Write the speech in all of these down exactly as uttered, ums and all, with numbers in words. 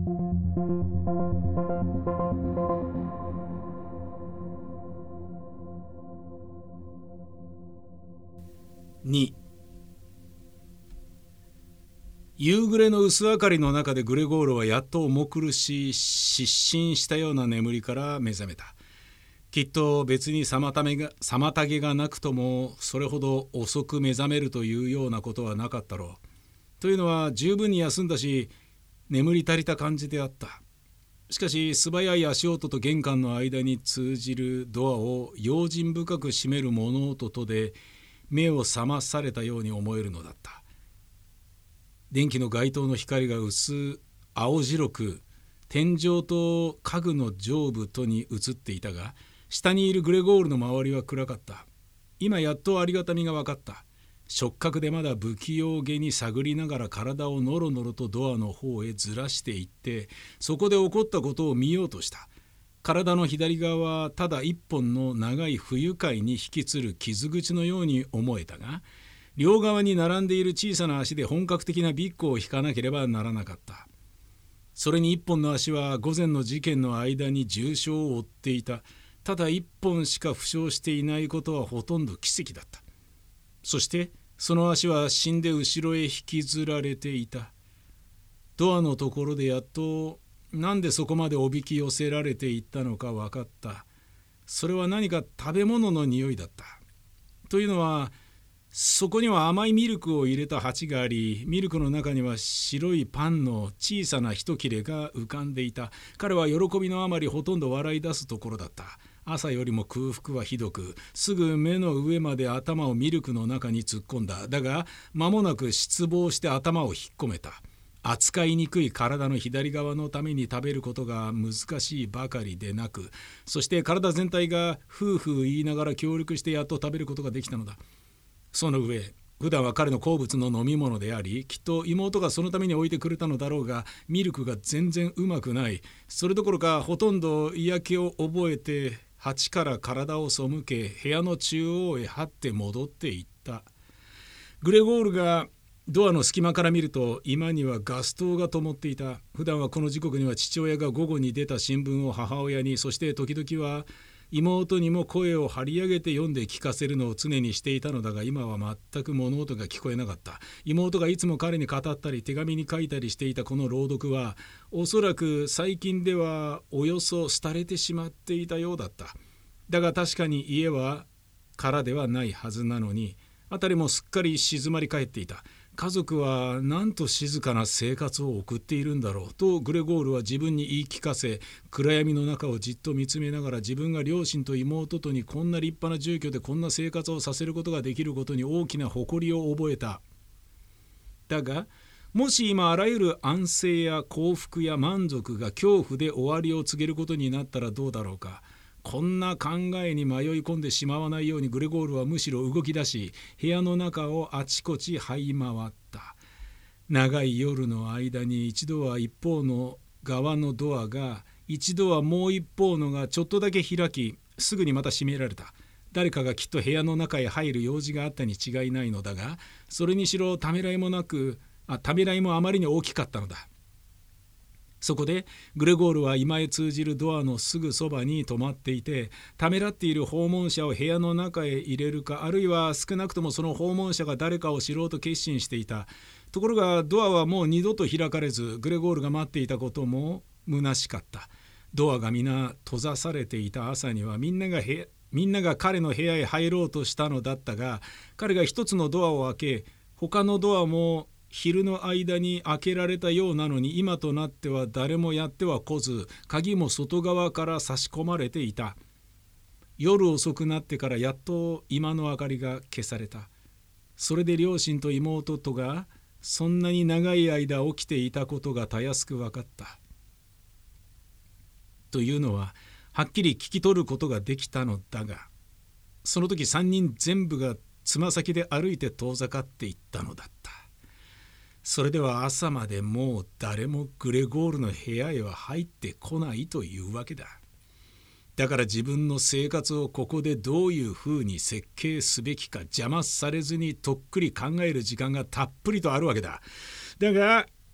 に夕暮れの薄明かりの中でグレゴールはやっと重苦しい失神したような眠りから目覚めた。きっと別に妨げが、妨げがなくともそれほど遅く目覚めるというようなことはなかったろう。というのは十分に休んだし眠り足りた感じであった。しかし素早い足音と玄関の間に通じるドアを用心深く閉める物音とで目を覚まされたように思えるのだった。電気の街灯の光が薄青白く天井と家具の上部とに映っていたが、下にいるグレゴールの周りは暗かった。今やっとありがたみが分かった。触覚でまだ不器用げに探りながら体をノロノロとドアの方へずらしていって、そこで起こったことを見ようとした。体の左側はただ一本の長い不愉快に引きつる傷口のように思えたが、両側に並んでいる小さな足で本格的なビッグを引かなければならなかった。それに一本の足は午前の事件の間に重傷を負っていた。ただ一本しか負傷していないことはほとんど奇跡だった。そしてその足は死んで後ろへ引きずられていた。ドアのところでやっとなんでそこまでおびき寄せられていったのか分かった。それは何か食べ物の匂いだった。というのはそこには甘いミルクを入れた鉢があり、ミルクの中には白いパンの小さな一切れが浮かんでいた。彼は喜びのあまりほとんど笑い出すところだった。朝よりも空腹はひどく、すぐ目の上まで頭をミルクの中に突っ込んだ。だが間もなく失望して頭を引っ込めた。扱いにくい体の左側のために食べることが難しいばかりでなく、そして体全体がふうふう言いながら協力してやっと食べることができたのだ。その上、普段は彼の好物の飲み物であり、きっと妹がそのために置いてくれたのだろうが、ミルクが全然うまくない。それどころかほとんど嫌気を覚えて鉢から体を背け、部屋の中央へ這って戻っていった。グレゴールがドアの隙間から見ると、居間にはガス灯が灯っていた。普段はこの時刻には父親が午後に出た新聞を母親に、そして時々は妹にも声を張り上げて読んで聞かせるのを常にしていたのだが、今は全く物音が聞こえなかった。妹がいつも彼に語ったり手紙に書いたりしていたこの朗読は、おそらく最近ではおよそ廃れてしまっていたようだった。だが確かに家は空ではないはずなのに、辺りもすっかり静まり返っていた。家族はなんと静かな生活を送っているんだろうとグレゴールは自分に言い聞かせ、暗闇の中をじっと見つめながら、自分が両親と妹とにこんな立派な住居でこんな生活をさせることができることに大きな誇りを覚えた。だがもし今あらゆる安静や幸福や満足が恐怖で終わりを告げることになったらどうだろうか。こんな考えに迷い込んでしまわないようにグレゴールはむしろ動き出し、部屋の中をあちこち這い回った。長い夜の間に一度は一方の側のドアが、一度はもう一方のがちょっとだけ開き、すぐにまた閉められた。誰かがきっと部屋の中へ入る用事があったに違いないのだが、それにしろためらいもなくあためらいもあまりに大きかったのだ。そこでグレゴールは居間へ通じるドアのすぐそばに止まっていて、ためらっている訪問者を部屋の中へ入れるか、あるいは少なくともその訪問者が誰かを知ろうと決心していた。ところがドアはもう二度と開かれず、グレゴールが待っていたことも虚しかった。ドアが皆閉ざされていた朝には、みんなが部屋みんなが彼の部屋へ入ろうとしたのだったが、彼が一つのドアを開け、他のドアも昼の間に開けられたようなのに、今となっては誰もやっては来ず、鍵も外側から差し込まれていた。夜遅くなってからやっと居間の明かりが消された。それで両親と妹とがそんなに長い間起きていたことがたやすく分かった。というのははっきり聞き取ることができたのだが、その時三人全部がつま先で歩いて遠ざかっていったのだった。それでは朝までもう誰もグレゴールの部屋へは入ってこないというわけだ。だから自分の生活をここでどういうふうに設計すべきか邪魔されずにとっくり考える時間がたっぷりとあるわけだ。だが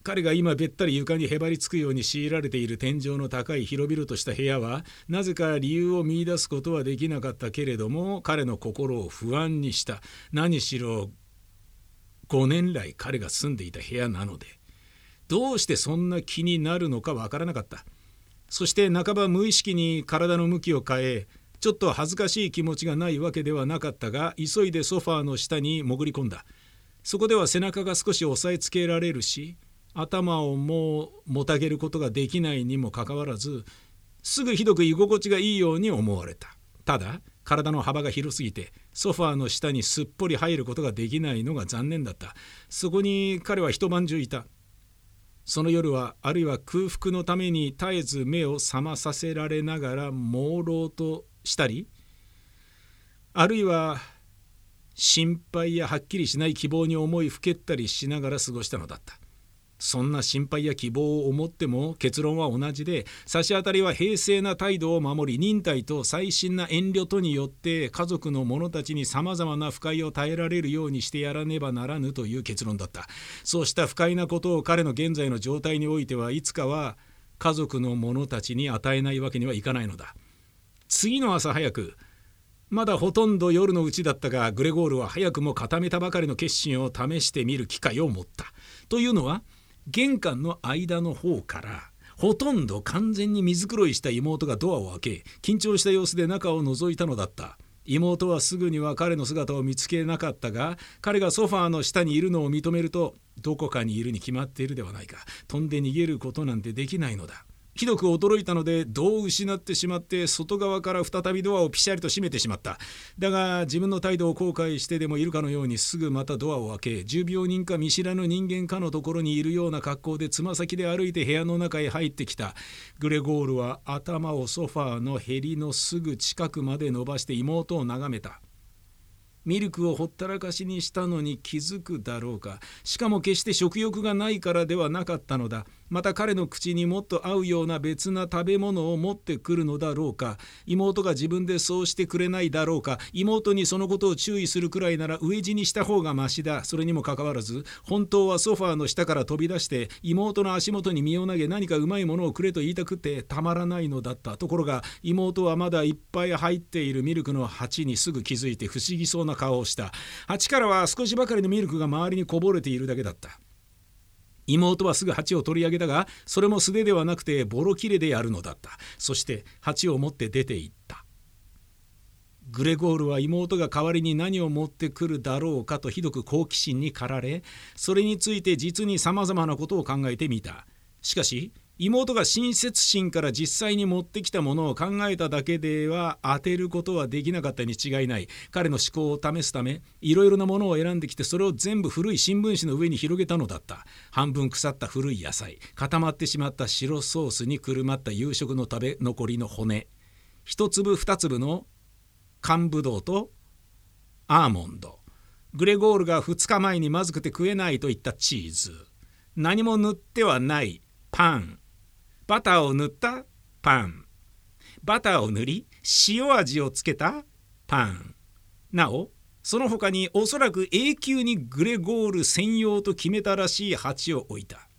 彼が今べったり床にへばりつくように強いられている天井の高い広々とした部屋はなぜか理由を見出すことはできなかったけれども、彼の心を不安にした。何しろごねん来彼が住んでいた部屋なので、どうしてそんな気になるのかわからなかった。そして半ば無意識に体の向きを変え、ちょっと恥ずかしい気持ちがないわけではなかったが、急いでソファーの下に潜り込んだ。そこでは背中が少し押さえつけられるし、頭をもうもたげることができないにもかかわらず、すぐひどく居心地がいいように思われた。ただ体の幅が広すぎてソファーの下にすっぽり入ることができないのが残念だった。そこに彼は一晩中いた。その夜はあるいは空腹のために絶えず目を覚まさせられながら朦朧としたり、あるいは心配やはっきりしない希望に思いふけったりしながら過ごしたのだった。そんな心配や希望を思っても結論は同じで、差し当たりは平静な態度を守り、忍耐と細心な遠慮とによって家族の者たちにさまざまな不快を耐えられるようにしてやらねばならぬという結論だった。そうした不快なことを彼の現在の状態においてはいつかは家族の者たちに与えないわけにはいかないのだ。次の朝早く、まだほとんど夜のうちだったが、グレゴールは早くも固めたばかりの決心を試してみる機会を持った。というのは、玄関の間の方からほとんど完全に水黒いした妹がドアを開け、緊張した様子で中を覗いたのだった。妹はすぐには彼の姿を見つけなかったが、彼がソファーの下にいるのを認めると、どこかにいるに決まっているではないか。飛んで逃げることなんてできないのだ。ひどく驚いたので度を失ってしまって、外側から再びドアをピシャリと閉めてしまった。だが自分の態度を後悔してでもいるかのようにすぐまたドアを開け、重病人か見知らぬ人間かのところにいるような格好でつま先で歩いて部屋の中へ入ってきた。グレゴールは頭をソファーのへりのすぐ近くまで伸ばして妹を眺めた。ミルクをほったらかしにしたのに気づくだろうか。しかも決して食欲がないからではなかったのだ。また彼の口にもっと合うような別な食べ物を持ってくるのだろうか。妹が自分でそうしてくれないだろうか。妹にそのことを注意するくらいなら飢え死にした方がましだ。それにもかかわらず、本当はソファーの下から飛び出して妹の足元に身を投げ、何かうまいものをくれと言いたくてたまらないのだった。ところが妹はまだいっぱい入っているミルクの鉢にすぐ気づいて不思議そうな顔をした。鉢からは少しばかりのミルクが周りにこぼれているだけだった。妹はすぐ鉢を取り上げたが、それも素手ではなくてボロ切れでやるのだった。そして鉢を持って出て行った。グレゴールは妹が代わりに何を持ってくるだろうかとひどく好奇心に駆られ、それについて実にさまざまなことを考えてみた。しかし妹が親切心から実際に持ってきたものを考えただけでは当てることはできなかったに違いない。彼の思考を試すためいろいろなものを選んできて、それを全部古い新聞紙の上に広げたのだった。半分腐った古い野菜、固まってしまった白ソースにくるまった夕食の食べ残りの骨、一粒二粒の乾ぶどうとアーモンド、グレゴールがふつかまえにまずくて食えないといったチーズ、何も塗ってはないパン、バターを塗ったパン、バターを塗り塩味をつけたパン。なおその他におそらく永久にグレゴール専用と決めたらしい鉢を置いた。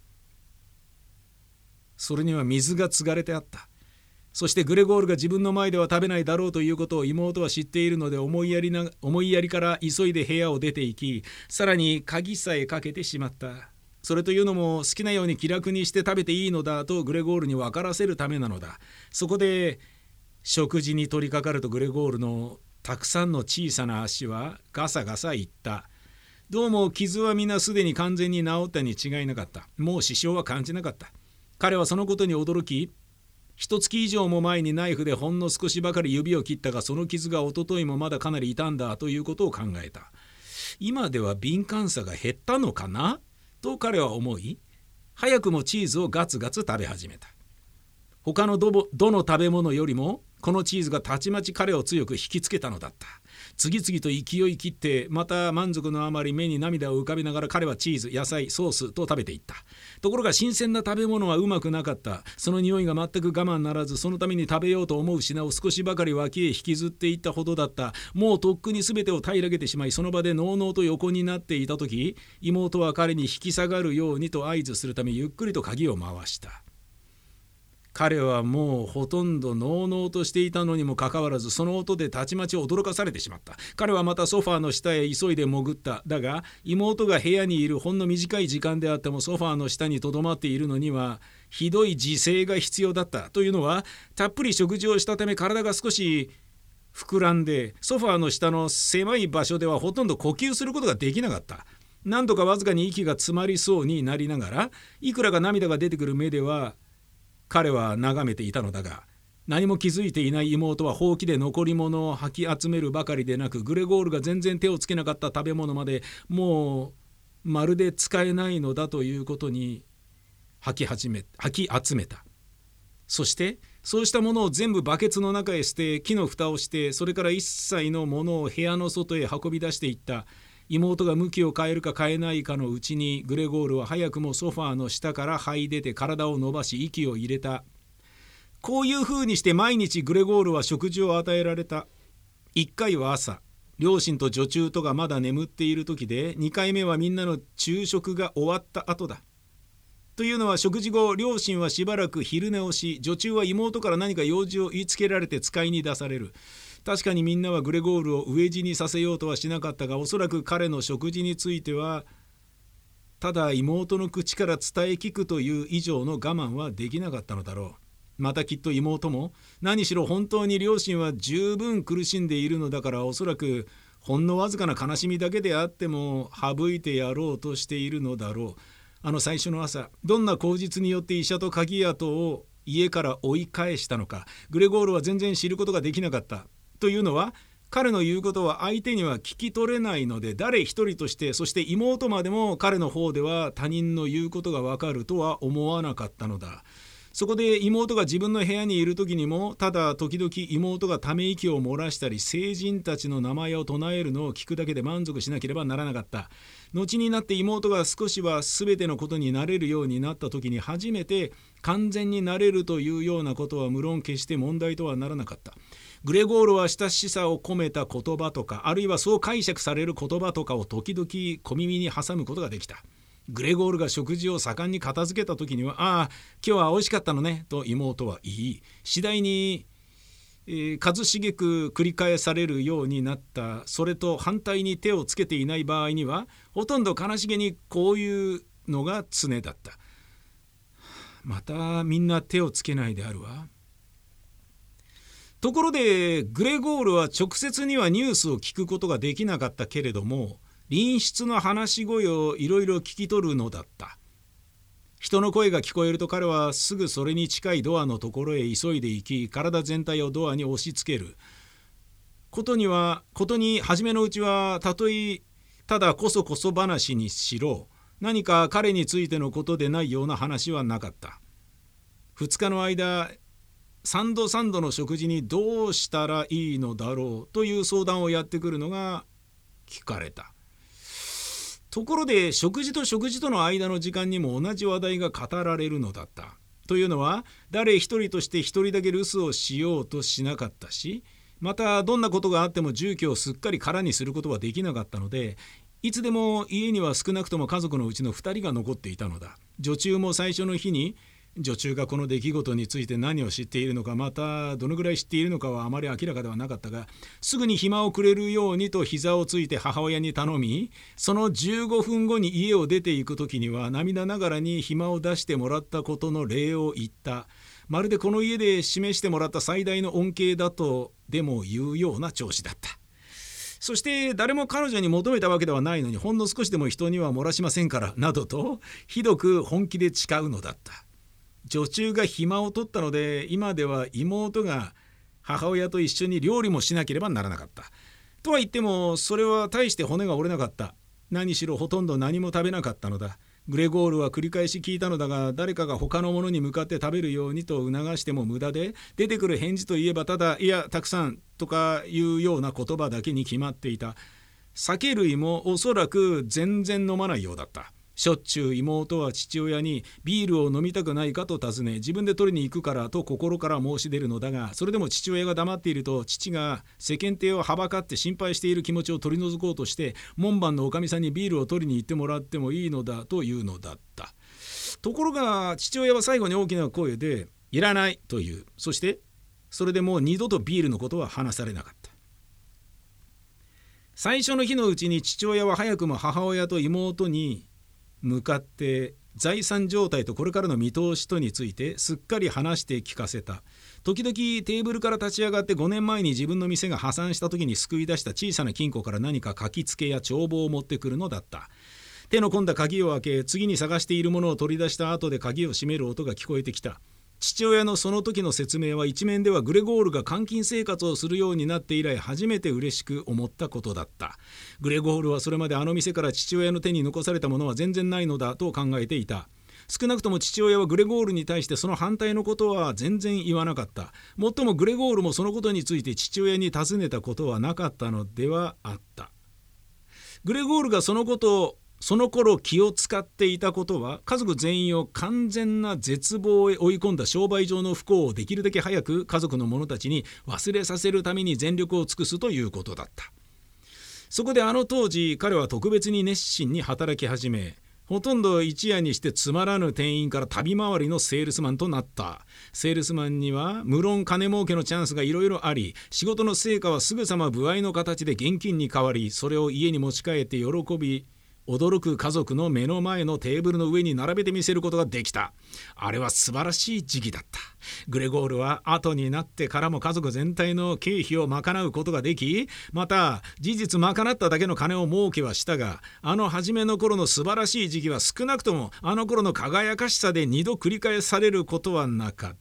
それには水が継がれてあった。そしてグレゴールが自分の前では食べないだろうということを妹は知っているので、思いやりな思いやりから急いで部屋を出て行き、さらに鍵さえかけてしまった。それというのも好きなように気楽にして食べていいのだとグレゴールに分からせるためなのだ。そこで食事に取り掛かるとグレゴールのたくさんの小さな足はガサガサいった。どうも傷は皆すでに完全に治ったに違いなかった。もう支障は感じなかった。彼はそのことに驚き、一月以上も前にナイフでほんの少しばかり指を切ったが、その傷が一昨日もまだかなり痛んだということを考えた。今では敏感さが減ったのかなと彼は思い、早くもチーズをガツガツ食べ始めた。他のど, どの食べ物よりもこのチーズがたちまち彼を強く引きつけたのだった。 次々と勢い切って、また満足のあまり目に涙を浮かべながら彼はチーズ、野菜、ソースと食べていった。ところが新鮮な食べ物はうまくなかった。その匂いが全く我慢ならず、そのために食べようと思う品を少しばかり脇へ引きずっていったほどだった。もうとっくに全てを平らげてしまい、その場でのうのうと横になっていた時、妹は彼に引き下がるようにと合図するためゆっくりと鍵を回した。彼はもうほとんどのうのうとしていたのにもかかわらず、その音でたちまち驚かされてしまった。彼はまたソファーの下へ急いで潜った。だが妹が部屋にいるほんの短い時間であっても、ソファーの下にとどまっているのにはひどい自制が必要だった。というのは、たっぷり食事をしたため体が少し膨らんで、ソファーの下の狭い場所ではほとんど呼吸することができなかった。何度かわずかに息が詰まりそうになりながら、いくらか涙が出てくる目では彼は眺めていたのだが、何も気づいていない妹はほうきで残り物を吐き集めるばかりでなく、グレゴールが全然手をつけなかった食べ物までもうまるで使えないのだということに吐き始め吐き集めた。そしてそうしたものを全部バケツの中へ捨て、木の蓋をして、それから一切のものを部屋の外へ運び出していった。妹が向きを変えるか変えないかのうちに、グレゴールは早くもソファーの下から這い出て体を伸ばし息を入れた。こういうふうにして毎日グレゴールは食事を与えられた。いっかいは朝、両親と女中とがまだ眠っている時で、にかいめはみんなの昼食が終わった後だ。というのは、食事後両親はしばらく昼寝をし、女中は妹から何か用事を言いつけられて使いに出される。確かにみんなはグレゴールを飢え死にさせようとはしなかったが、おそらく彼の食事についてはただ妹の口から伝え聞くという以上の我慢はできなかったのだろう。またきっと妹も、何しろ本当に両親は十分苦しんでいるのだから、おそらくほんのわずかな悲しみだけであっても省いてやろうとしているのだろう。あの最初の朝、どんな口実によって医者と鍵屋とを家から追い返したのか、グレゴールは全然知ることができなかった。というのは、彼の言うことは相手には聞き取れないので、誰一人として、そして妹までも彼の方では他人の言うことがわかるとは思わなかったのだ。そこで妹が自分の部屋にいる時にも、ただ時々妹がため息を漏らしたり、聖人たちの名前を唱えるのを聞くだけで満足しなければならなかった。後になって妹が少しは全てのことに慣れるようになった時に、初めて完全になれるというようなことは無論決して問題とはならなかった。グレゴールは親しさを込めた言葉とか、あるいはそう解釈される言葉とかを時々小耳に挟むことができた。グレゴールが食事を盛んに片付けた時には、ああ今日は美味しかったのねと妹は言い、次第に、えー、数しげく繰り返されるようになった。それと反対に手をつけていない場合には、ほとんど悲しげにこういうのが常だった。またみんな手をつけないであるわ。ところでグレゴールは直接にはニュースを聞くことができなかったけれども、隣室の話し声をいろいろ聞き取るのだった。人の声が聞こえると彼はすぐそれに近いドアのところへ急いで行き、体全体をドアに押し付ける。ことにはことに初めのうちは、たとえただこそこそ話にしろ、何か彼についてのことでないような話はなかった。ふつかの間、三度三度の食事にどうしたらいいのだろうという相談をやってくるのが聞かれた。ところで食事と食事との間の時間にも同じ話題が語られるのだった。というのは、誰一人として一人だけ留守をしようとしなかったし、またどんなことがあっても住居をすっかり空にすることはできなかったので、いつでも家には少なくとも家族のうちのふたりが残っていたのだ。女中も最初の日に、女中がこの出来事について何を知っているのか、またどのぐらい知っているのかはあまり明らかではなかったが、すぐに暇をくれるようにと膝をついて母親に頼み、そのじゅうごふんごに家を出ていく時には涙ながらに暇を出してもらったことの礼を言った。まるでこの家で示してもらった最大の恩恵だとでも言うような調子だった。そして誰も彼女に求めたわけではないのに、ほんの少しでも人には漏らしませんからなどとひどく本気で誓うのだった。女中が暇を取ったので、今では妹が母親と一緒に料理もしなければならなかった。とは言ってもそれは大して骨が折れなかった。 何しろほとんど何も食べなかったのだ。グレゴールは繰り返し聞いたのだが、誰かが他の者に向かって食べるようにと促しても無駄で、出てくる返事といえばただ、いやたくさんとかいうような言葉だけに決まっていた。酒類もおそらく全然飲まないようだった。しょっちゅう妹は父親にビールを飲みたくないかと尋ね、自分で取りに行くからと心から申し出るのだが、それでも父親が黙っていると、父が世間体をはばかって心配している気持ちを取り除こうとして、門番のおかみさんにビールを取りに行ってもらってもいいのだというのだった。ところが父親は最後に大きな声でいらないという。そしてそれでもう二度とビールのことは話されなかった。最初の日のうちに父親は早くも母親と妹に向かって財産状態とこれからの見通しとについてすっかり話して聞かせた。時々テーブルから立ち上がってごねんまえに自分の店が破産した時に救い出した小さな金庫から何か書きつけや帳簿を持ってくるのだった。手の込んだ鍵を開け、次に探しているものを取り出した後で鍵を閉める音が聞こえてきた。父親のその時の説明は一面ではグレゴールが監禁生活をするようになって以来初めて嬉しく思ったことだった。グレゴールはそれまであの店から父親の手に残されたものは全然ないのだと考えていた。少なくとも父親はグレゴールに対してその反対のことは全然言わなかった。もっともグレゴールもそのことについて父親に尋ねたことはなかったのではあった。グレゴールがそのことをその頃気を使っていたことは、家族全員を完全な絶望へ追い込んだ商売上の不幸をできるだけ早く家族の者たちに忘れさせるために全力を尽くすということだった。そこであの当時彼は特別に熱心に働き始め、ほとんど一夜にしてつまらぬ店員から旅回りのセールスマンとなった。セールスマンには無論金儲けのチャンスがいろいろあり、仕事の成果はすぐさま歩合の形で現金に変わり、それを家に持ち帰って喜び驚く家族の目の前のテーブルの上に並べてみせることができた。あれは素晴らしい時期だった。グレゴールは後になってからも家族全体の経費を賄うことができ、また事実賄っただけの金を儲けはしたが、あの初めの頃の素晴らしい時期は少なくともあの頃の輝かしさで二度繰り返されることはなかった。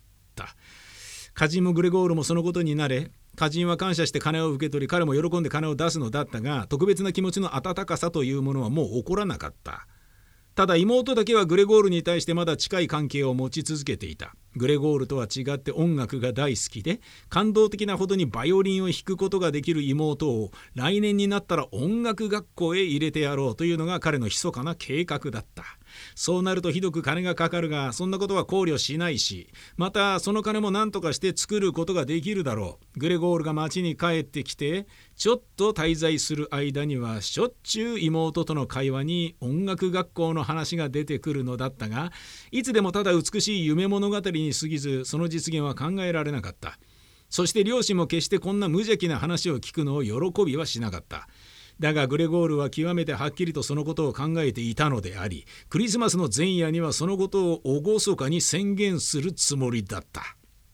歌人もグレゴールもそのことに慣れ、歌人は感謝して金を受け取り、彼も喜んで金を出すのだったが、特別な気持ちの温かさというものはもう起こらなかった。ただ妹だけはグレゴールに対してまだ近い関係を持ち続けていた。グレゴールとは違って音楽が大好きで、感動的なほどにバイオリンを弾くことができる妹を来年になったら音楽学校へ入れてやろうというのが彼の密かな計画だった。そうなるとひどく金がかかるが、そんなことは考慮しないし、またその金も何とかして作ることができるだろう。グレゴールが町に帰ってきてちょっと滞在する間にはしょっちゅう妹との会話に音楽学校の話が出てくるのだったが、いつでもただ美しい夢物語に過ぎず、その実現は考えられなかった。そして両親も決してこんな無邪気な話を聞くのを喜びはしなかった。だがグレゴールは極めてはっきりとそのことを考えていたのであり、クリスマスの前夜にはそのことを厳かに宣言するつもりだった。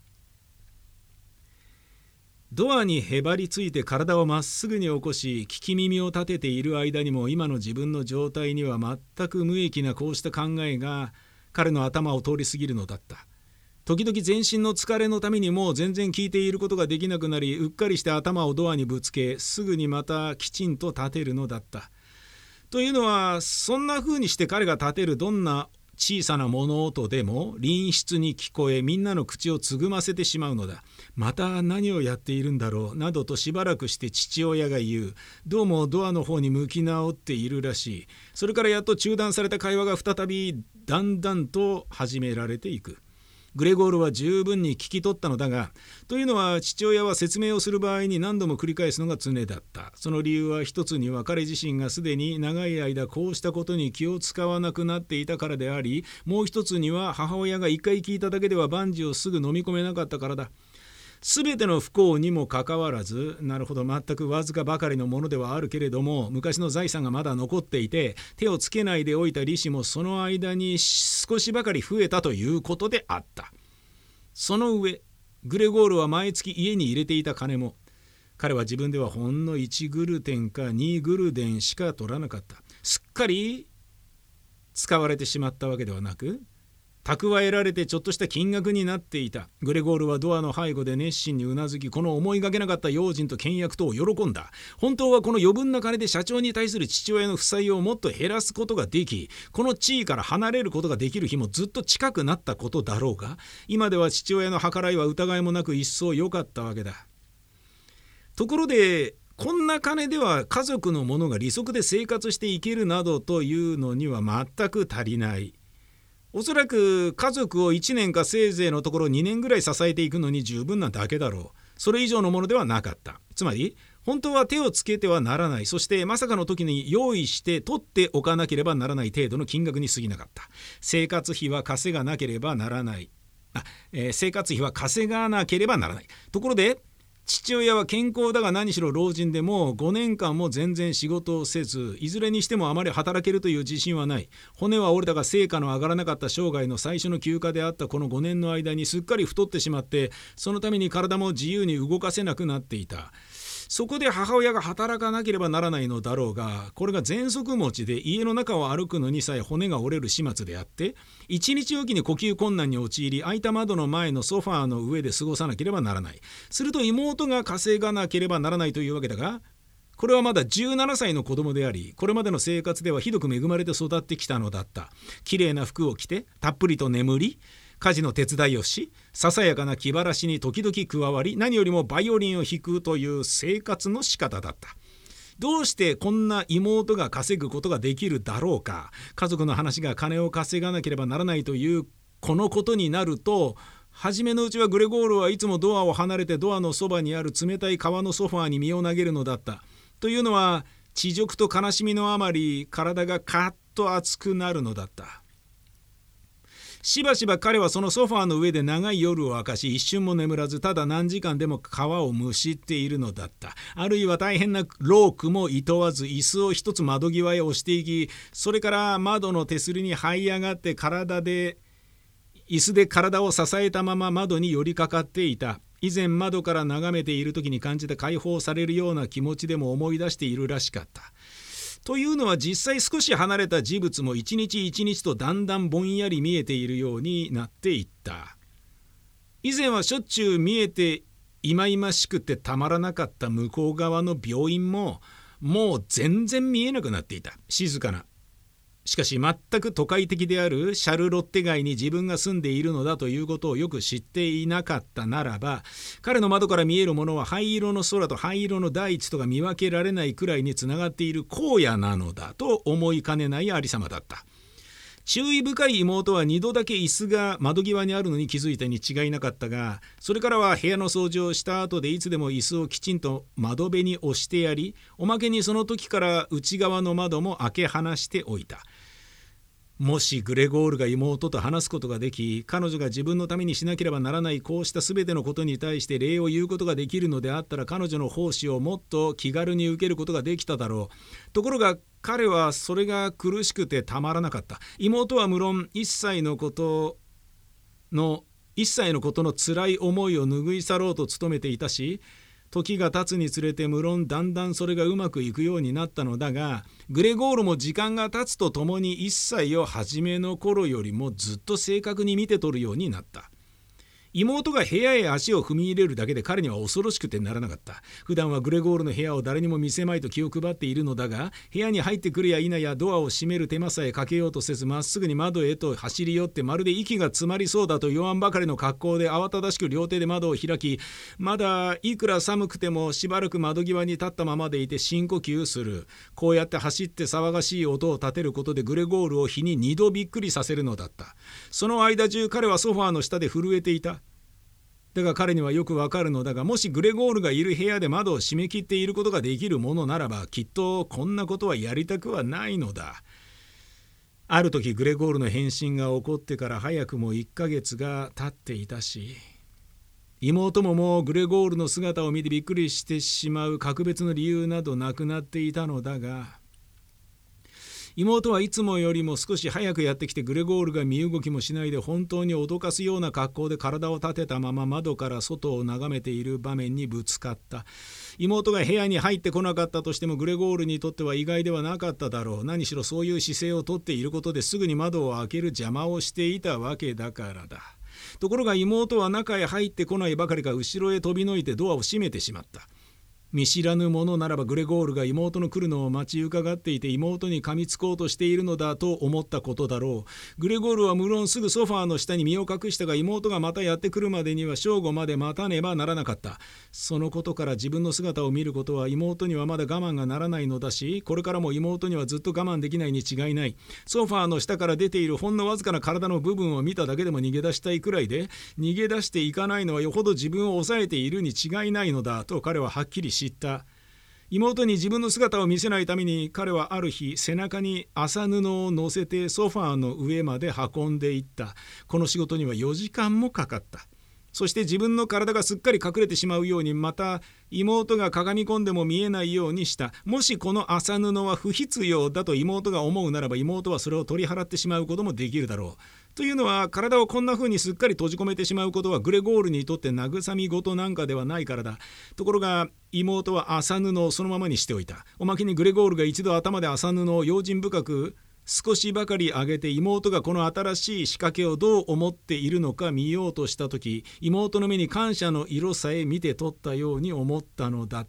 ドアにへばりついて体をまっすぐに起こし、聞き耳を立てている間にも今の自分の状態には全く無益なこうした考えが彼の頭を通り過ぎるのだった。時々全身の疲れのためにもう全然聞いていることができなくなり、うっかりして頭をドアにぶつけ、すぐにまたきちんと立てるのだった。というのは、そんな風にして彼が立てるどんな小さな物音でも隣室に聞こえ、みんなの口をつぐませてしまうのだ。また何をやっているんだろうなどとしばらくして父親が言う。どうもドアの方に向き直っているらしい。それからやっと中断された会話が再びだんだんと始められていく。グレゴールは十分に聞き取ったのだが、というのは父親は説明をする場合に何度も繰り返すのが常だった。その理由は一つには彼自身がすでに長い間こうしたことに気を使わなくなっていたからであり、もう一つには母親が一回聞いただけでは万事をすぐ飲み込めなかったからだ。すべての不幸にもかかわらず、なるほど全くわずかばかりのものではあるけれども、昔の財産がまだ残っていて、手をつけないでおいた利子もその間に少しばかり増えたということであった。その上、グレゴールは毎月家に入れていた金も、彼は自分ではほんのいちグルデンかにグルデンしか取らなかった。すっかり使われてしまったわけではなく、 蓄えられてちょっとした金額になっていた。グレゴールはドアの背後で熱心にうなずき、この思いがけなかった用心と倹約とを喜んだ。本当はこの余分な金で社長に対する父親の負債をもっと減らすことができ、この地位から離れることができる日もずっと近くなったことだろうが、今では父親の計らいは疑いもなく一層良かったわけだ。ところでこんな金では家族の者が利息で生活していけるなどというのには全く足りない。おそらく家族をいちねんかせいぜいのところにねんぐらい支えていくのに十分なだけだろう。それ以上のものではなかった。つまり本当は手をつけてはならない、そしてまさかの時に用意して取っておかなければならない程度の金額に過ぎなかった。生活費は稼がなければならないあ、えー、生活費は稼がなければならない。ところで父親は健康だが何しろ老人でもごねんかんも全然仕事をせず、いずれにしてもあまり働けるという自信はない。骨は折れたが成果の上がらなかった生涯の最初の休暇であったこのごねんの間にすっかり太ってしまって、そのために体も自由に動かせなくなっていた。そこで母親が働かなければならないのだろうが、これが喘息持ちで家の中を歩くのにさえ骨が折れる始末であって、一日おきに呼吸困難に陥り、開いた窓の前のソファーの上で過ごさなければならない。すると妹が稼がなければならないというわけだが、これはまだじゅうななさいの子供であり、これまでの生活ではひどく恵まれて育ってきたのだった。きれいな服を着てたっぷりと眠り、家事の手伝いをし、ささやかな気晴らしに時々加わり、何よりもバイオリンを弾くという生活の仕方だった。どうしてこんな妹が稼ぐことができるだろうか。家族の話が金を稼がなければならないというこのことになると、初めのうちはグレゴールはいつもドアを離れてドアのそばにある冷たい革のソファーに身を投げるのだった。というのは恥辱と悲しみのあまり体がカッと熱くなるのだった。しばしば彼はそのソファーの上で長い夜を明かし、一瞬も眠らずただ何時間でも皮をむしっているのだった。あるいは大変な労苦もいとわず椅子を一つ窓際へ押していき、それから窓の手すりに這い上がって体で椅子で体を支えたまま窓に寄りかかっていた。以前窓から眺めている時に感じた解放されるような気持ちでも思い出しているらしかった。というのは実際少し離れた事物も一日一日とだんだんぼんやり見えているようになっていった。以前はしょっちゅう見えていまいましくてたまらなかった向こう側の病院ももう全然見えなくなっていた。静かな、しかし全く都会的であるシャルロッテ街に自分が住んでいるのだということをよく知っていなかったならば、彼の窓から見えるものは灰色の空と灰色の大地とが見分けられないくらいにつながっている荒野なのだと思いかねないありさまだった。注意深い妹は二度だけ椅子が窓際にあるのに気づいたに違いなかったが、それからは部屋の掃除をした後でいつでも椅子をきちんと窓辺に押してやり、おまけにその時から内側の窓も開け放しておいた。もしグレゴールが妹と話すことができ、彼女が自分のためにしなければならないこうした全てのことに対して礼を言うことができるのであったら、彼女の奉仕をもっと気軽に受けることができただろう。ところが彼はそれが苦しくてたまらなかった。妹は無論一切のことの一切のことの辛い思いを拭い去ろうと努めていたし、時が経つにつれて無論だんだんそれがうまくいくようになったのだが、グレゴールも時間が経つとともに一切を初めの頃よりもずっと正確に見て取るようになった。妹が部屋へ足を踏み入れるだけで彼には恐ろしくてならなかった。普段はグレゴールの部屋を誰にも見せまいと気を配っているのだが、部屋に入ってくるや否やドアを閉める手間さえかけようとせず、まっすぐに窓へと走り寄って、まるで息が詰まりそうだと言わんばかりの格好で慌ただしく両手で窓を開き、まだいくら寒くてもしばらく窓際に立ったままでいて深呼吸する。こうやって走って騒がしい音を立てることでグレゴールを日に二度びっくりさせるのだった。その間中彼はソファーの下で震えていた。だが彼にはよくわかるのだが、もしグレゴールがいる部屋で窓を閉め切っていることができるものならば、きっとこんなことはやりたくはないのだ。ある時グレゴールの返信が起こってから早くもいっかげつが経っていたし、妹ももうグレゴールの姿を見てびっくりしてしまう格別の理由などなくなっていたのだが、 妹はいつもよりも少し早くやってきて、グレゴールが身動きもしないで本当に脅かすような格好で体を立てたまま窓から外を眺めている場面にぶつかった。妹が部屋に入ってこなかったとしてもグレゴールにとっては意外ではなかっただろう。何しろそういう姿勢をとっていることですぐに窓を開ける邪魔をしていたわけだからだ。ところが妹は中へ入ってこないばかりか後ろへ飛びのいてドアを閉めてしまった。見知らぬものならばグレゴールが妹の来るのを待ち伺っていて妹に噛みつこうとしているのだと思ったことだろう。グレゴールは無論すぐソファーの下に身を隠したが、妹がまたやってくるまでには正午まで待たねばならなかった。そのことから自分の姿を見ることは妹にはまだ我慢がならないのだし、これからも妹にはずっと我慢できないに違いない。ソファーの下から出ているほんのわずかな体の部分を見ただけでも逃げ出したいくらいで、逃げ出していかないのはよほど自分を抑えているに違いないのだと彼ははっきり知った。妹に自分の姿を見せないために彼はある日背中に麻布を乗せてソファーの上まで運んでいった。この仕事にはよじかんもかかった。そして自分の体がすっかり隠れてしまうように、また妹がかがみ込んでも見えないようにした。もしこの麻布は不必要だと妹が思うならば、妹はそれを取り払ってしまうこともできるだろう。というのは、体をこんな風にすっかり閉じ込めてしまうことはグレゴールにとって慰み事なんかではないからだ。ところが妹は麻布をそのままにしておいた。おまけにグレゴールが一度頭で麻布を用心深く少しばかり上げて、妹がこの新しい仕掛けをどう思っているのか見ようとしたとき、妹の目に感謝の色さえ見て取ったように思ったのだった。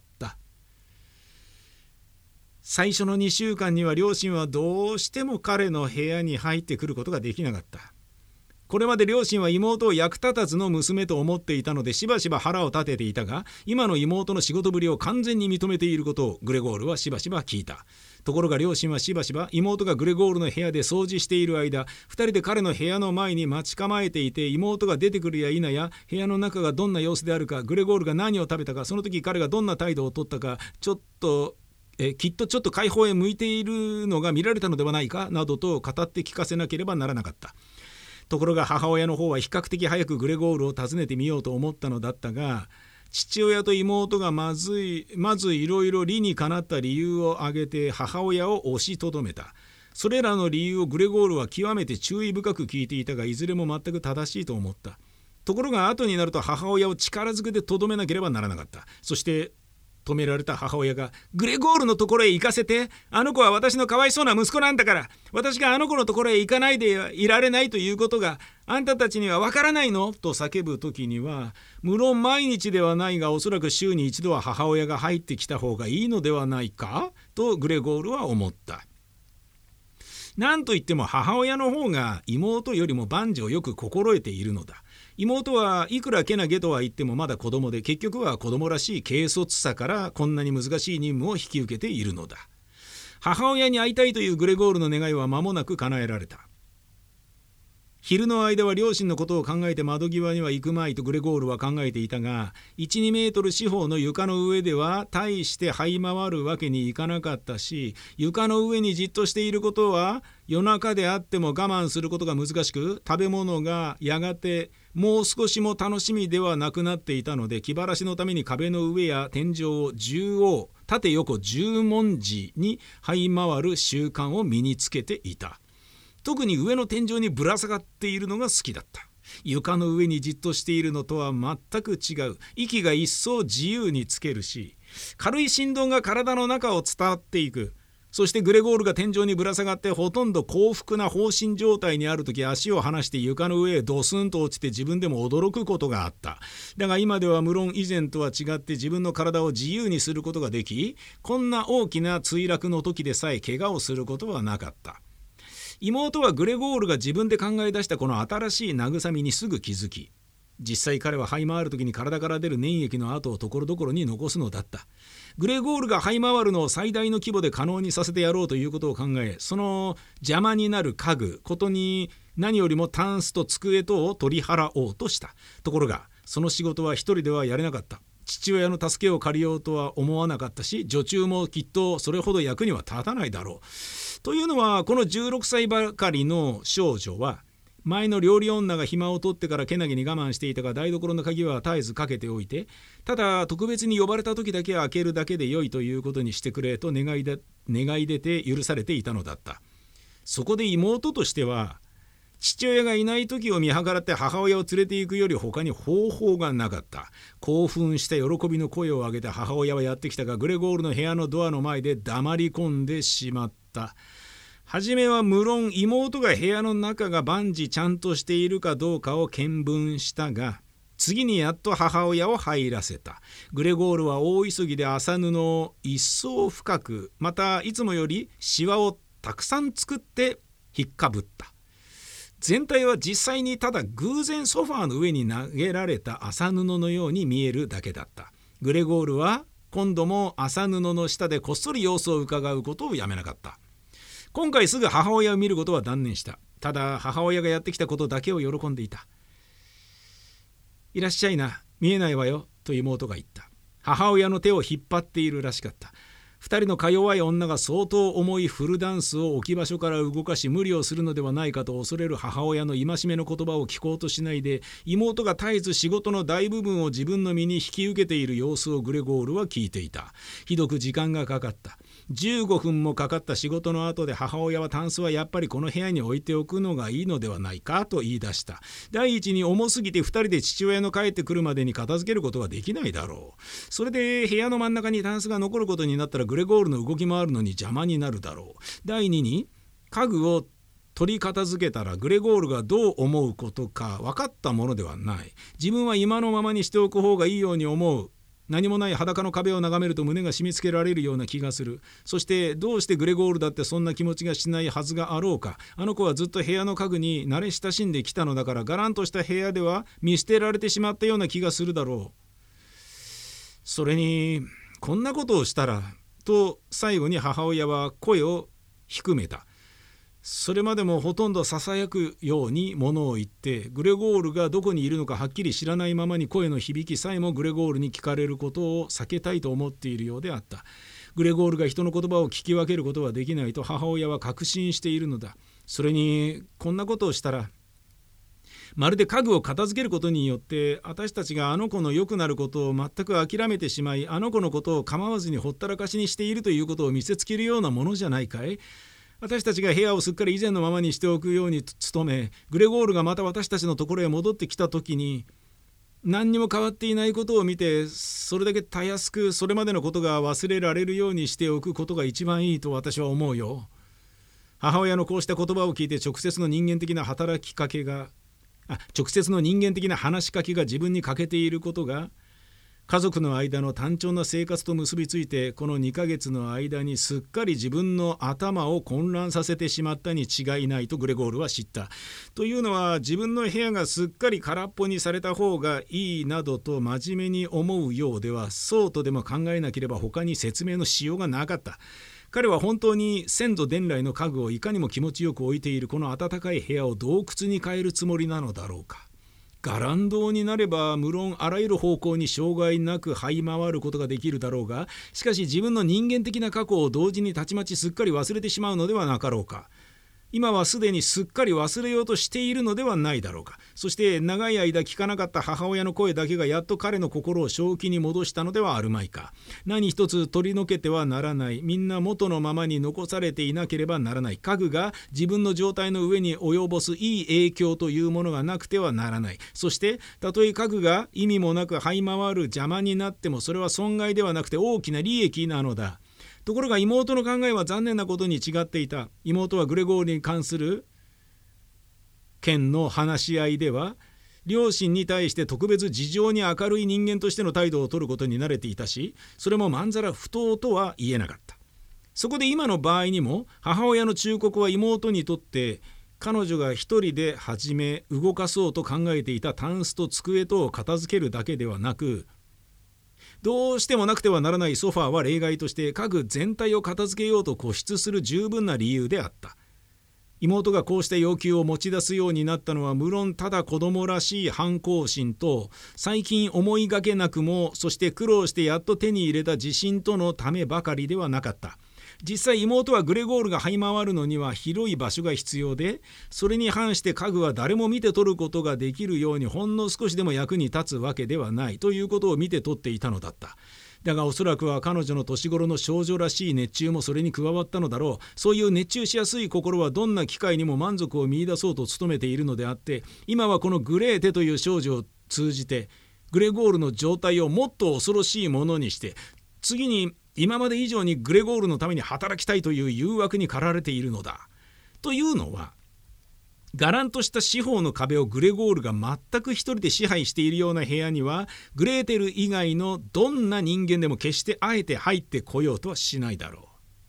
最初のにしゅうかんには両親はどうしても彼の部屋に入ってくることができなかった。これまで両親は妹を役立たずの娘と思っていたのでしばしば腹を立てていたが、今の妹の仕事ぶりを完全に認めていることをグレゴールはしばしば聞いた。ところが両親はしばしば妹がグレゴールの部屋で掃除している間、二人で彼の部屋の前に待ち構えていて、妹が出てくるや否や部屋の中がどんな様子であるか、グレゴールが何を食べたか、その時彼がどんな態度をとったか、ちょっとえきっとちょっと解放へ向いているのが見られたのではないかなどと語って聞かせなければならなかった。ところが母親の方は比較的早くグレゴールを訪ねてみようと思ったのだったが、父親と妹がまずいまずいろいろ理にかなった理由を挙げて母親を押しとどめた。それらの理由をグレゴールは極めて注意深く聞いていたが、いずれも全く正しいと思った。ところが後になると母親を力ずくでとどめなければならなかった。そして止められた母親が、グレゴールのところへ行かせて、あの子は私のかわいそうな息子なんだから、私があの子のところへ行かないでいられないということがあんたたちにはわからないのと叫ぶ時には、無論毎日ではないがおそらく週に一度は母親が入ってきた方がいいのではないかとグレゴールは思った。なんといっても母親の方が妹よりも万事をよく心得ているのだ。妹はいくらけなげとは言ってもまだ子供で、結局は子供らしい軽率さからこんなに難しい任務を引き受けているのだ。母親に会いたいというグレゴールの願いは間もなく叶えられた。昼の間は両親のことを考えて窓際には行くまいとグレゴールは考えていたが、いち、にメートル四方の床の上では大して這い回るわけにいかなかったし、床の上にじっとしていることは夜中であっても我慢することが難しく、食べ物がやがてもう少しも楽しみではなくなっていたので、気晴らしのために壁の上や天井を縦横縦横十文字に這い回る習慣を身につけていた。特に上の天井にぶら下がっているのが好きだった。床の上にじっとしているのとは全く違う。息が一層自由につけるし、軽い振動が体の中を伝わっていく。そしてグレゴールが天井にぶら下がってほとんど幸福な放心状態にあるとき、足を離して床の上へドスンと落ちて自分でも驚くことがあった。だが今では無論以前とは違って自分の体を自由にすることができ、こんな大きな墜落の時でさえ怪我をすることはなかった。妹はグレゴールが自分で考え出したこの新しい慰みにすぐ気づき、実際彼は這い回る時に体から出る粘液の跡をところどころに残すのだった。グレゴールが這い回るのを最大の規模で可能にさせてやろうということを考え、その邪魔になる家具ことに何よりもタンスと机等を取り払おうとした。ところがその仕事は一人ではやれなかった。父親の助けを借りようとは思わなかったし、女中もきっとそれほど役には立たないだろう。というのは、このじゅうろくさいばかりの少女は前の料理女が暇を取ってからけなげに我慢していたが、台所の鍵は絶えずかけておいて、ただ特別に呼ばれた時だけ開けるだけでよいということにしてくれと願いで願い出て許されていたのだった。 そこで妹としては、父親がいない時を見計らって母親を連れて行くより他に方法がなかった。興奮した喜びの声を上げて母親はやってきたが、グレゴールの部屋のドアの前で黙り込んでしまった。はじめは無論妹が部屋の中が万事ちゃんとしているかどうかを見聞したが、次にやっと母親を入らせた。グレゴールは大急ぎで麻布を一層深く、またいつもよりシワをたくさん作って引っかぶった。全体は実際にただ偶然ソファーの上に投げられた麻布のように見えるだけだった。グレゴールは今度も麻布の下でこっそり様子を伺うことをやめなかった。今回すぐ母親を見ることは断念した。ただ母親がやってきたことだけを喜んでいた。いらっしゃいな、見えないわよ、と妹が言った。母親の手を引っ張っているらしかった。二人のか弱い女が相当重いフルダンスを置き場所から動かし無理をするのではないかと恐れる母親の戒めの言葉を聞こうとしないで、妹が絶えず仕事の大部分を自分の身に引き受けている様子をグレゴールは聞いていた。ひどく時間がかかった。じゅうごふんもかかった仕事の後で母親はタンスはやっぱりこの部屋に置いておくのがいいのではないかと言い出した。第一に重すぎて二人で父親の帰ってくるまでに片付けることはできないだろう。それで部屋の真ん中にタンスが残ることになったらグレゴールの動き回るのに邪魔になるだろう。第二に家具を取り片付けたらグレゴールがどう思うことか分かったものではない。自分は今のままにしておく方がいいように思う。何もない裸の壁を眺めると胸が締め付けられるような気がする。そしてどうしてグレゴールだってそんな気持ちがしないはずがあろうか。あの子はずっと部屋の家具に慣れ親しんできたのだから、がらんとした部屋では見捨てられてしまったような気がするだろう。それにこんなことをしたらと最後に母親は声を低めた。それまでもほとんどささやくように物を言って、グレゴールがどこにいるのかはっきり知らないままに声の響きさえもグレゴールに聞かれることを避けたいと思っているようであった。グレゴールが人の言葉を聞き分けることはできないと母親は確信しているのだ。それにこんなことをしたら、まるで家具を片付けることによって私たちがあの子の良くなることを全く諦めてしまい、あの子のことを構わずにほったらかしにしているということを見せつけるようなものじゃないかい。私たちが部屋をすっかり以前のままにしておくように努め、グレゴールがまた私たちのところへ戻ってきた時に何にも変わっていないことを見て、それだけたやすくそれまでのことが忘れられるようにしておくことが一番いいと私は思うよ。母親のこうした言葉を聞いて直接の人間的な働きかけがあ直接の人間的な話しかけが自分に欠けていることが、家族の間の単調な生活と結びついてこのにかげつの間にすっかり自分の頭を混乱させてしまったに違いないとグレゴールは知った。というのは、自分の部屋がすっかり空っぽにされた方がいいなどと真面目に思うようでは、そうとでも考えなければ他に説明のしようがなかった。彼は本当に先祖伝来の家具をいかにも気持ちよく置いているこの暖かい部屋を洞窟に変えるつもりなのだろうか。伽藍洞になれば無論あらゆる方向に障害なく這い回ることができるだろうが、しかし自分の人間的な過去を同時にたちまちすっかり忘れてしまうのではなかろうか。今はすでにすっかり忘れようとしているのではないだろうか。そして長い間聞かなかった母親の声だけがやっと彼の心を正気に戻したのではあるまいか。何一つ取り除けてはならない。みんな元のままに残されていなければならない。家具が自分の状態の上に及ぼすいい影響というものがなくてはならない。そしてたとえ家具が意味もなく這い回る邪魔になっても、それは損害ではなくて大きな利益なのだ。ところが妹の考えは残念なことに違っていた。妹はグレゴールに関する件の話し合いでは、両親に対して特別事情に明るい人間としての態度を取ることに慣れていたし、それもまんざら不当とは言えなかった。そこで今の場合にも母親の忠告は妹にとって彼女が一人で始め動かそうと考えていたタンスと机とを片付けるだけではなく、どうしてもなくてはならないソファーは例外として家具全体を片付けようと固執する十分な理由であった。妹がこうした要求を持ち出すようになったのは、無論ただ子供らしい反抗心と最近思いがけなくもそして苦労してやっと手に入れた自信とのためばかりではなかった。実際妹はグレゴールが這い回るのには広い場所が必要で、それに反して家具は誰も見て取ることができるようにほんの少しでも役に立つわけではないということを見て取っていたのだった。 だがおそらくは彼女の年頃の少女らしい熱中もそれに加わったのだろう。そういう熱中しやすい心はどんな機会にも満足を見出そうと努めているのであって、今はこのグレーテという少女を通じてグレゴールの状態をもっと恐ろしいものにして、次に今まで以上にグレゴールのために働きたいという誘惑に駆られているのだ。というのは、がらんとした四方の壁をグレゴールが全く一人で支配しているような部屋には、グレーテル以外のどんな人間でも決してあえて入ってこようとはしないだろう。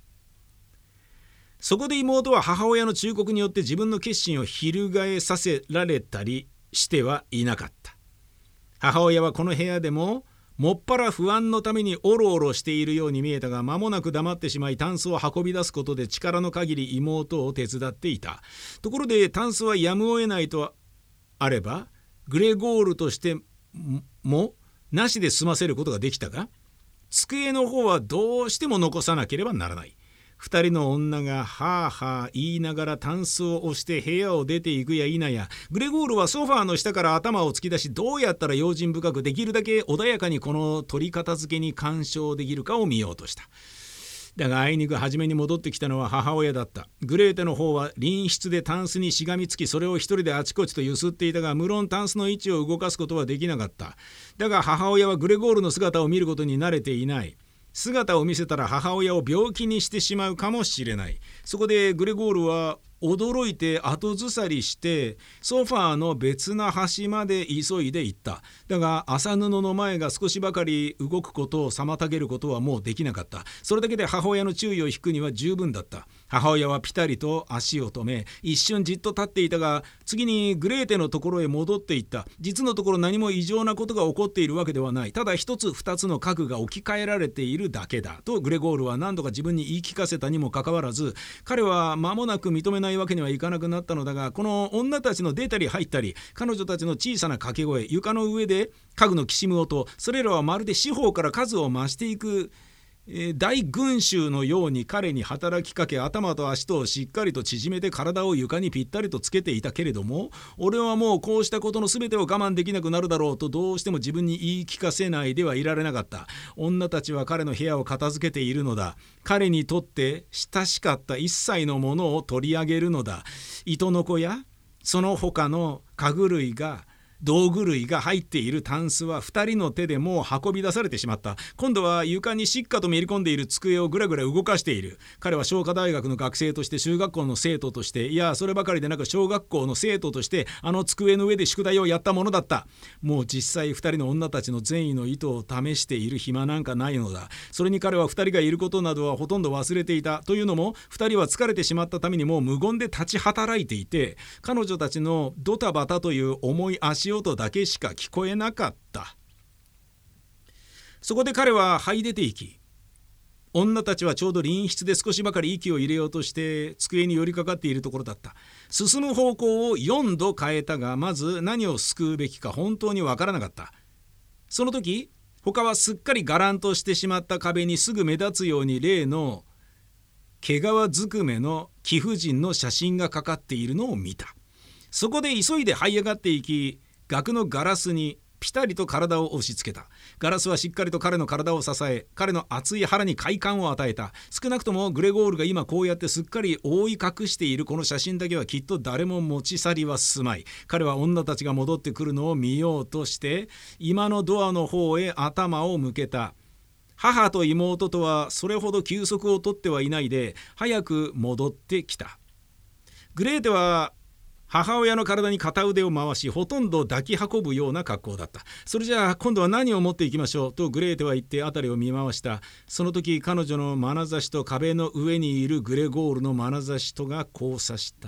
そこで妹は母親の忠告によって自分の決心を翻させられたりしてはいなかった。母親はこの部屋でももっぱら不安のためにおろおろしているように見えたが、間もなく黙ってしまい、タンスを運び出すことで力の限り妹を手伝っていた。ところでタンスはやむを得ないとあれば、グレゴールとしてもなしで済ませることができたが、机の方はどうしても残さなければならない。二人の女がはあはあ言いながらタンスを押して部屋を出ていくや否や、グレゴールはソファーの下から頭を突き出し、どうやったら用心深くできるだけ穏やかにこの取り片付けに干渉できるかを見ようとした。だがあいにく初めに戻ってきたのは母親だった。グレーテの方は隣室でタンスにしがみつき、それを一人であちこちとゆすっていたが、無論タンスの位置を動かすことはできなかった。だが母親はグレゴールの姿を見ることに慣れていない。姿を見せたら母親を病気にしてしまうかもしれない。そこでグレゴールは驚いて後ずさりしてソファーの別な端まで急いで行った。だが麻布の前が少しばかり動くことを妨げることはもうできなかった。それだけで母親の注意を引くには十分だった。母親はピタリと足を止め、一瞬じっと立っていたが、次にグレーテのところへ戻っていった。実のところ何も異常なことが起こっているわけではない。ただ一つ二つの家具が置き換えられているだけだとグレゴールは何度か自分に言い聞かせたにもかかわらず、彼は間もなく認めないわけにはいかなくなったのだが、この女たちの出たり入ったり、彼女たちの小さな掛け声、床の上で家具のきしむ音、それらはまるで四方から数を増していくえー、大群衆のように彼に働きかけ、頭と足とをしっかりと縮めて体を床にぴったりとつけていたけれども、俺はもうこうしたことの全てを我慢できなくなるだろうとどうしても自分に言い聞かせないではいられなかった。女たちは彼の部屋を片付けているのだ。彼にとって親しかった一切のものを取り上げるのだ。糸の子やその他の家具類が道具類が入っているタンスは二人の手でもう運び出されてしまった。今度は床にしっかとめり込んでいる机をぐらぐら動かしている。彼は商科大学の学生として、中学校の生徒として、いやそればかりでなく小学校の生徒として、あの机の上で宿題をやったものだった。もう実際二人の女たちの善意の意図を試している暇なんかないのだ。それに彼は二人がいることなどはほとんど忘れていた。というのも二人は疲れてしまったためにもう無言で立ち働いていて、彼女たちのドタバタという重い足音だけしか聞こえなかった。そこで彼は這い出ていき、女たちはちょうど隣室で少しばかり息を入れようとして机に寄りかかっているところだった。進む方向をよんど変えたが、まず何を救うべきか本当にわからなかった。その時他はすっかりがらんとしてしまった壁にすぐ目立つように例の毛皮ずくめの貴婦人の写真がかかっているのを見た。そこで急いで這い上がっていき、額のガラスにピタリと体を押し付けた。ガラスはしっかりと彼の体を支え、彼の熱い腹に快感を与えた。少なくともグレゴールが今こうやってすっかり覆い隠しているこの写真だけはきっと誰も持ち去りはすまい。彼は女たちが戻ってくるのを見ようとして今のドアの方へ頭を向けた。母と妹とはそれほど休息をとってはいないで早く戻ってきた。グレーテは母親の体に片腕を回し、ほとんど抱き運ぶような格好だった。それじゃあ今度は何を持っていきましょうとグレーテは言って辺りを見回した。その時彼女の眼差しと壁の上にいるグレゴールの眼差しとが交差した。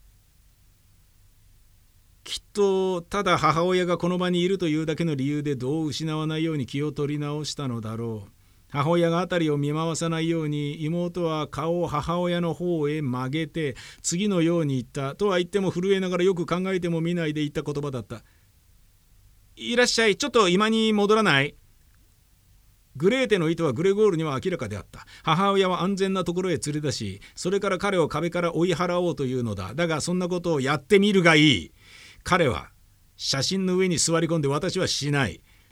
きっとただ母親がこの場にいるというだけの理由で度を失わないように気を取り直したのだろう。母親が辺りを見回さないように妹は顔を母親の方へ曲げて次のように言った。とは言っても震えながらよく考えてもみないで言った言葉だった。いらっしゃい、ちょっと居間に戻らない？グレーテの意図はグレゴールには明らかであった。母親は安全なところへ連れ出し、それから彼を壁から追い払おうというのだ。だがそんなことをやってみるがいい。彼は写真の上に座り込んで私はしない。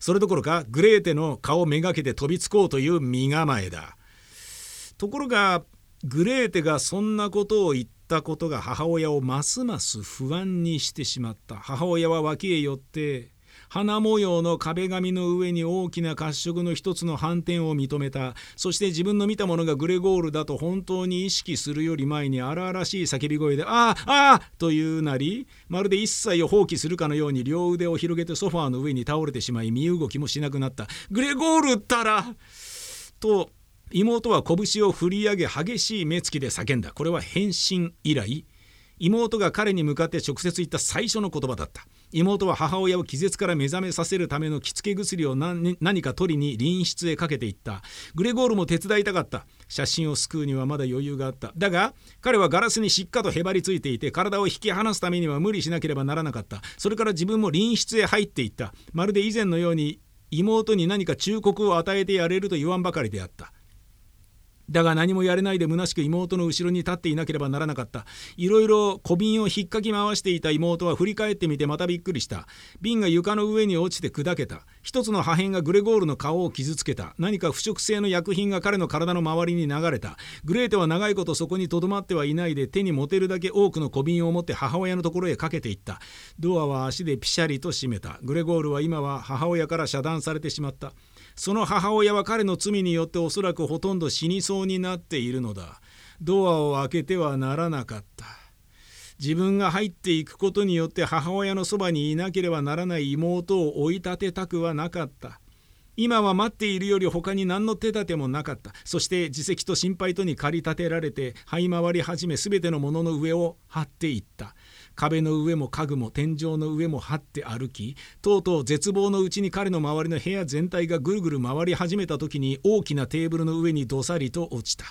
それどころかグレーテの顔めがけて飛びつこうという身構えだ。ところがグレーテがそんなことを言ったことが母親をますます不安にしてしまった。母親は脇へ寄って花模様の壁紙の上に大きな褐色の一つの斑点を認めた。そして自分の見たものがグレゴールだと本当に意識するより前に荒々しい叫び声で「ああああ!」というなり、まるで一切を放棄するかのように両腕を広げてソファーの上に倒れてしまい、身動きもしなくなった。グレゴールったらと妹は拳を振り上げ激しい目つきで叫んだ。これは変身以来妹が彼に向かって直接言った最初の言葉だった。妹は母親を気絶から目覚めさせるための着付け薬を何, 何か取りに隣室へかけていった。グレゴールも手伝いたかった。写真を救うにはまだ余裕があった。だが彼はガラスにしっかとへばりついていて、体を引き離すためには無理しなければならなかった。それから自分も隣室へ入っていった。まるで以前のように妹に何か忠告を与えてやれると言わんばかりであった。だが何もやれないで虚しく妹の後ろに立っていなければならなかった。いろいろ小瓶を引っかき回していた妹は振り返ってみてまたびっくりした。瓶が床の上に落ちて砕けた。一つの破片がグレゴールの顔を傷つけた。何か腐食性の薬品が彼の体の周りに流れた。グレーテは長いことそこにとどまってはいないで、手に持てるだけ多くの小瓶を持って母親のところへかけていった。ドアは足でピシャリと閉めた。グレゴールは今は母親から遮断されてしまった。その母親は彼の罪によっておそらくほとんど死にそうになっているのだ。ドアを開けてはならなかった。自分が入っていくことによって母親のそばにいなければならない妹を追い立てたくはなかった。今は待っているより他に何の手立てもなかった。そして自責と心配とに駆り立てられて這い回り始め、すべてのものの上を張っていった。壁の上も家具も天井の上も張って歩き、とうとう絶望のうちに彼の周りの部屋全体がぐるぐる回り始めた時に、大きなテーブルの上にどさりと落ちた。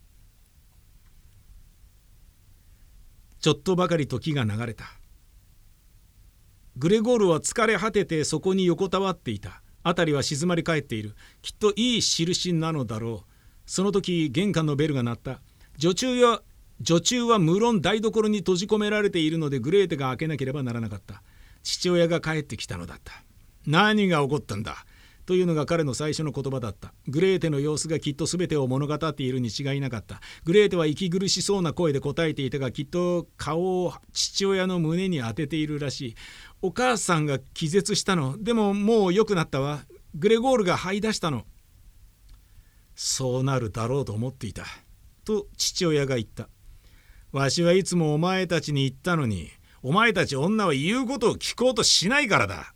ちょっとばかり時が流れた。グレゴールは疲れ果ててそこに横たわっていた。辺りは静まり返っている。きっといい印なのだろう。その時玄関のベルが鳴った。女中や女中は無論台所に閉じ込められているので、グレーテが開けなければならなかった。父親が帰ってきたのだった。何が起こったんだというのが彼の最初の言葉だった。グレーテの様子がきっと全てを物語っているに違いなかった。グレーテは息苦しそうな声で答えていたが、きっと顔を父親の胸に当てているらしい。お母さんが気絶したの。でももう良くなったわ。グレゴールが這い出したの。そうなるだろうと思っていたと父親が言った。わしはいつもお前たちに言ったのに、お前たち女は言うことを聞こうとしないからだ。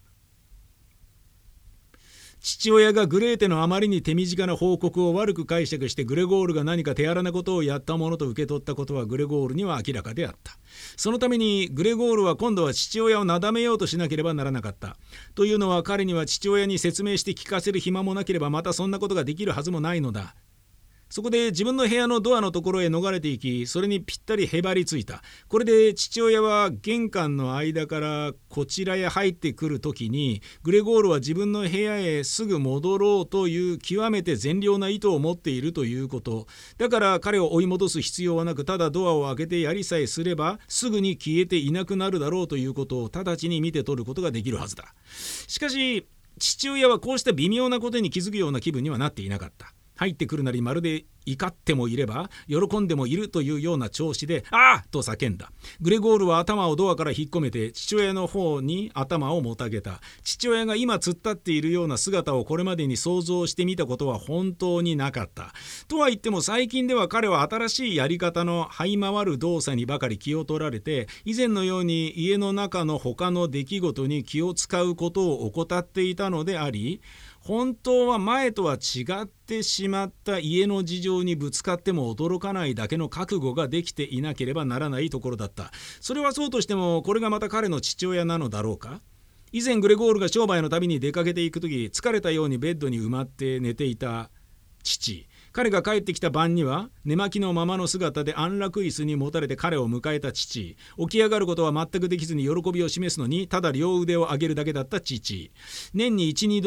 父親がグレーテのあまりに手短な報告を悪く解釈してグレゴールが何か手荒なことをやったものと受け取ったことはグレゴールには明らかであった。そのためにグレゴールは今度は父親をなだめようとしなければならなかった。というのは彼には父親に説明して聞かせる暇もなければ、またそんなことができるはずもないのだ。そこで自分の部屋のドアのところへ逃れていき、それにぴったりへばりついた。これで父親は玄関の間からこちらへ入ってくるときに、グレゴールは自分の部屋へすぐ戻ろうという極めて善良な意図を持っているということ。だから彼を追い戻す必要はなく、ただドアを開けてやりさえすればすぐに消えていなくなるだろうということを直ちに見て取ることができるはずだ。しかし父親はこうした微妙なことに気づくような気分にはなっていなかった。入ってくるなりまるで怒ってもいれば喜んでもいるというような調子で「ああ!」と叫んだ。グレゴールは頭をドアから引っ込めて父親の方に頭をもたげた。父親が今突っ立っているような姿をこれまでに想像してみたことは本当になかった。とは言っても最近では彼は新しいやり方の這い回る動作にばかり気を取られて、以前のように家の中の他の出来事に気を使うことを怠っていたのであり、本当は前とは違ってしまった家の事情にぶつかっても驚かないだけの覚悟ができていなければならないところだった。それはそうとしても、これがまた彼の父親なのだろうか。以前グレゴールが商売の旅に出かけていくとき、疲れたようにベッドに埋まって寝ていた父。彼が帰ってきた晩には寝巻きのままの姿で安楽椅子にもたれて彼を迎えた父。起き上がることは全くできずに喜びを示すのにただ両腕を上げるだけだった父。年に いち,に 度の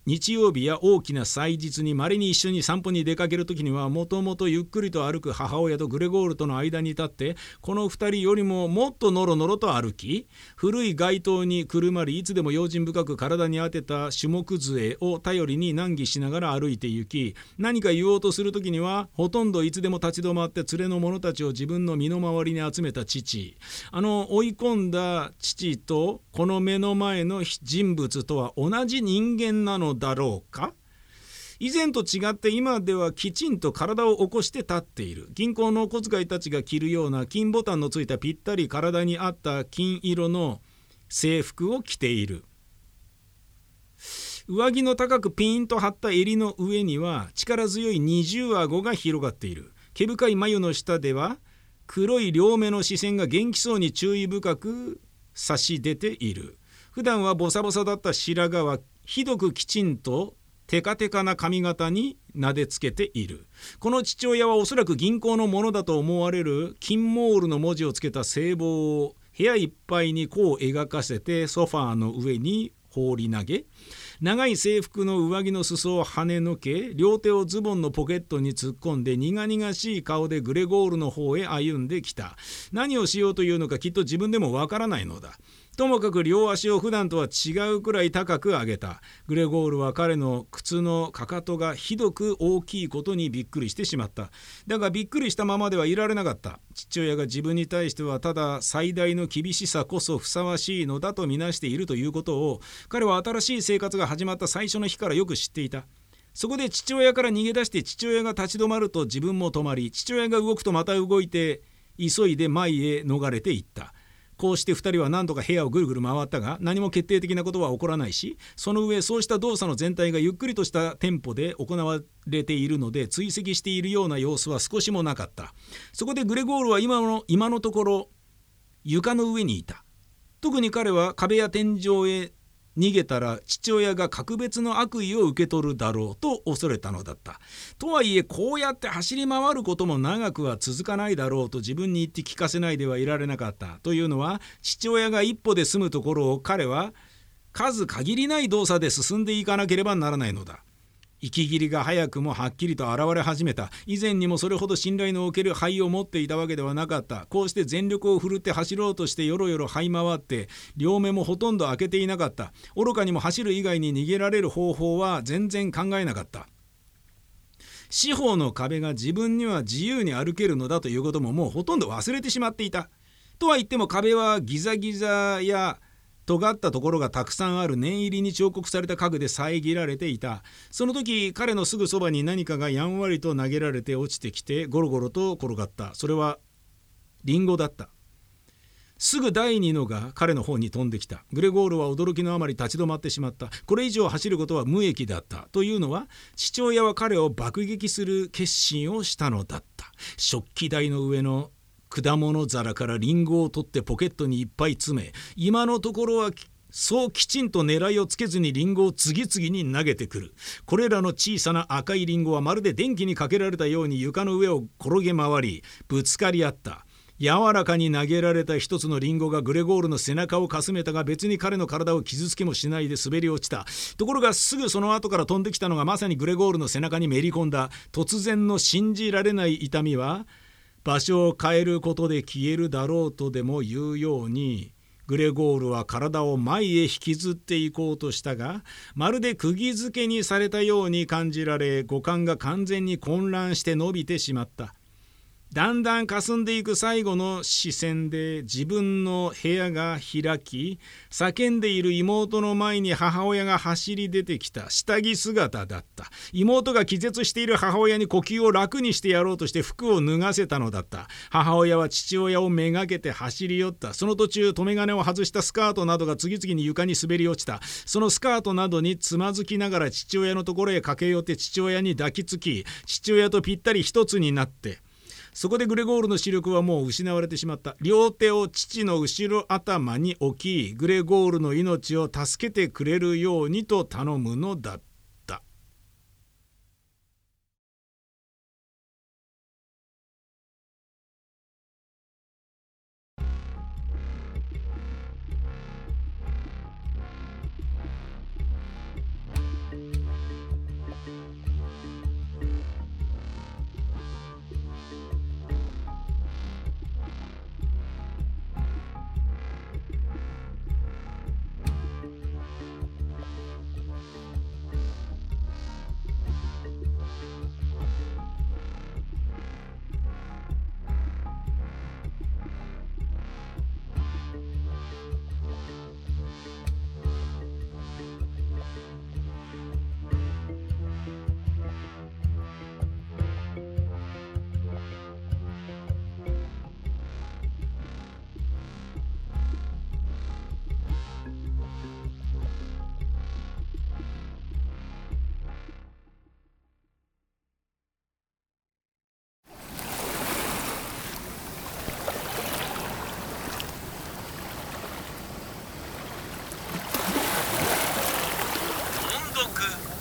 日曜日や大きな祭日に稀に一緒に散歩に出かけるときには、もともとゆっくりと歩く母親とグレゴールとの間に立って、この二人よりももっとノロノロと歩き、古い街灯にくるまり、いつでも用心深く体に当てた種目杖を頼りに難儀しながら歩いて行き、何か言おうとするときにはほとんどいつでも立ち止まって連れの者たちを自分の身の回りに集めた父、あの追い込んだ父とこの目の前の人物とは同じ人間なのだろうか。以前と違って今ではきちんと体を起こして立っている。銀行のお小遣いたちが着るような金ボタンのついたぴったり体に合った金色の制服を着ている。上着の高くピーンと張った襟の上には力強い二重顎が広がっている。毛深い眉の下では黒い両目の視線が元気そうに注意深く差し出ている。普段はボサボサだった白髪はひどくきちんとテカテカな髪型に撫でつけている。この父親はおそらく銀行のものだと思われる金モールの文字をつけた聖棒を部屋いっぱいにこう描かせてソファーの上に放り投げ、長い制服の上着の裾を跳ねのけ、両手をズボンのポケットに突っ込んで苦々しい顔でグレゴールの方へ歩んできた。何をしようというのかきっと自分でもわからないのだ。ともかく両足を普段とは違うくらい高く上げた。グレゴールは彼の靴のかかとがひどく大きいことにびっくりしてしまった。だがびっくりしたままではいられなかった。父親が自分に対してはただ最大の厳しさこそふさわしいのだとみなしているということを、彼は新しい生活が始まった最初の日からよく知っていた。そこで父親から逃げ出して父親が立ち止まると自分も止まり、父親が動くとまた動いて急いで前へ逃れていった。こうしてふたりは何度か部屋をぐるぐる回ったが何も決定的なことは起こらないし、その上そうした動作の全体がゆっくりとしたテンポで行われているので追跡しているような様子は少しもなかった。そこでグレゴールは今の、今のところ床の上にいた。特に彼は壁や天井へ逃げたら父親が格別の悪意を受け取るだろうと恐れたのだった。とはいえこうやって走り回ることも長くは続かないだろうと自分に言って聞かせないではいられなかった。というのは父親が一歩で済むところを彼は数限りない動作で進んでいかなければならないのだ。息切りが早くもはっきりと現れ始めた。以前にもそれほど信頼のおける肺を持っていたわけではなかった。こうして全力を振るって走ろうとしてよろよろ這い回って両目もほとんど開けていなかった。愚かにも走る以外に逃げられる方法は全然考えなかった。四方の壁が自分には自由に歩けるのだということももうほとんど忘れてしまっていた。とは言っても壁はギザギザや尖ったところがたくさんある念入りに彫刻された家具で遮られていた。その時彼のすぐそばに何かがやんわりと投げられて落ちてきてゴロゴロと転がった。それはリンゴだった。すぐ第二のが彼の方に飛んできた。グレゴールは驚きのあまり立ち止まってしまった。これ以上走ることは無益だった。というのは父親は彼を爆撃する決心をしたのだった。食器台の上の果物皿からリンゴを取ってポケットにいっぱい詰め、今のところはそうきちんと狙いをつけずにリンゴを次々に投げてくる。これらの小さな赤いリンゴはまるで電気にかけられたように床の上を転げ回りぶつかり合った。柔らかに投げられた一つのリンゴがグレゴールの背中をかすめたが別に彼の体を傷つけもしないで滑り落ちた。ところがすぐその後から飛んできたのがまさにグレゴールの背中にめり込んだ突然の信じられない痛みは場所を変えることで消えるだろうとでも言うようにグレゴールは体を前へ引きずっていこうとしたがまるで釘付けにされたように感じられ五感が完全に混乱して伸びてしまった。だんだん霞んでいく最後の視線で自分の部屋が開き叫んでいる妹の前に母親が走り出てきた。下着姿だった。妹が気絶している母親に呼吸を楽にしてやろうとして服を脱がせたのだった。母親は父親をめがけて走り寄った。その途中留め金を外したスカートなどが次々に床に滑り落ちた。そのスカートなどにつまずきながら父親のところへ駆け寄って父親に抱きつき父親とぴったり一つになってそこでグレゴールの視力はもう失われてしまった。両手を父の後ろ頭に置きグレゴールの命を助けてくれるようにと頼むのだった。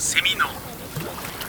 セミの